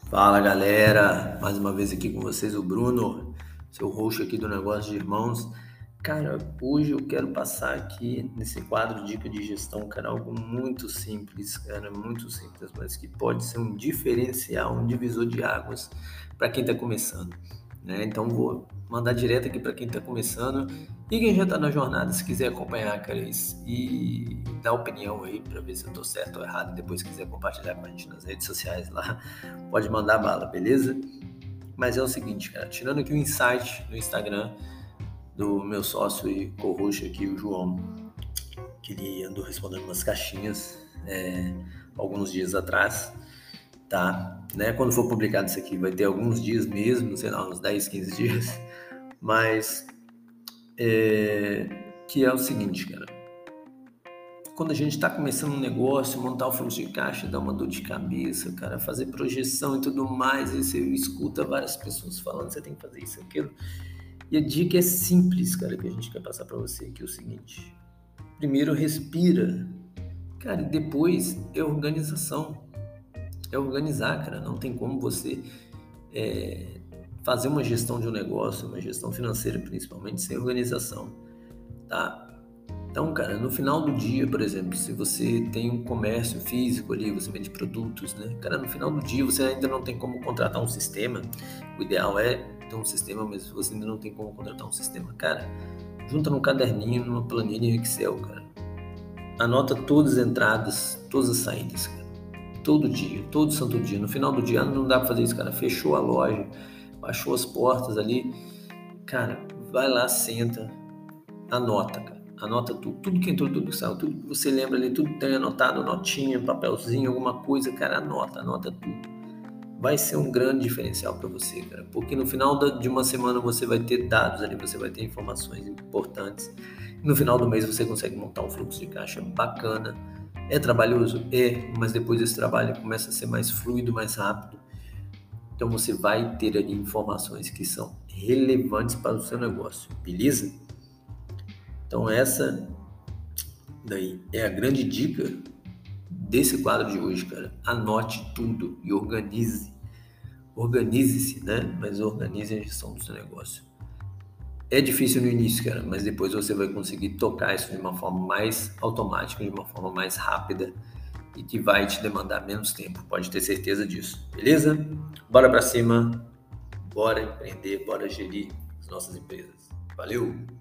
Fala galera, mais uma vez aqui com vocês o Bruno, seu host aqui do Negócio de Irmãos. Cara, hoje eu quero passar aqui nesse quadro Dica de Gestão, cara, algo muito simples, cara, muito simples, mas que pode ser um diferencial, um divisor de águas para quem está começando, né? Então vou mandar direto aqui para quem está começando e quem já está na jornada, se quiser acompanhar, cara, e dar opinião aí para ver se eu estou certo ou errado, e depois quiser compartilhar com a gente nas redes sociais lá, pode mandar bala, beleza? Mas é o seguinte, cara, tirando aqui o insight no Instagram do meu sócio e co-host aqui, o João, que ele andou respondendo umas caixinhas alguns dias atrás, tá? Né? Quando for publicado isso aqui, vai ter alguns dias mesmo, sei lá, uns 10, 15 dias, mas que é o seguinte, cara, quando a gente está começando um negócio, montar o fluxo de caixa dá uma dor de cabeça, cara, fazer projeção e tudo mais, e você escuta várias pessoas falando, você tem que fazer isso, aquilo. E a dica é simples, cara, que a gente quer passar para você aqui, é o seguinte. Primeiro, respira, cara, e depois é organização. É organizar, cara, não tem como você fazer uma gestão de um negócio, uma gestão financeira principalmente, sem organização, tá? Então, cara, no final do dia, por exemplo, se você tem um comércio físico ali, você vende produtos, né? Cara, no final do dia você ainda não tem como contratar um sistema. O ideal é ter um sistema, mas se você ainda não tem como contratar um sistema, cara, junta num caderninho, numa planilha em Excel, cara. Anota todas as entradas, todas as saídas, cara. Todo dia, todo santo dia. No final do dia não dá pra fazer isso, cara. Fechou a loja, baixou as portas ali. Cara, vai lá, senta, anota, cara. Anota tudo que entrou, tudo que saiu, tudo que você lembra ali, tudo que tem anotado, notinha, papelzinho, alguma coisa, cara, anota tudo. Vai ser um grande diferencial para você, cara, porque no final de uma semana você vai ter dados ali, você vai ter informações importantes. E no final do mês você consegue montar um fluxo de caixa bacana. É trabalhoso? É, mas depois esse trabalho começa a ser mais fluido, mais rápido. Então você vai ter ali informações que são relevantes para o seu negócio, beleza? Então essa daí é a grande dica desse quadro de hoje, cara. Anote tudo e organize. Organize-se, né? Mas organize a gestão do seu negócio. É difícil no início, cara, mas depois você vai conseguir tocar isso de uma forma mais automática, de uma forma mais rápida e que vai te demandar menos tempo. Pode ter certeza disso, beleza? Bora pra cima, bora empreender, bora gerir as nossas empresas. Valeu!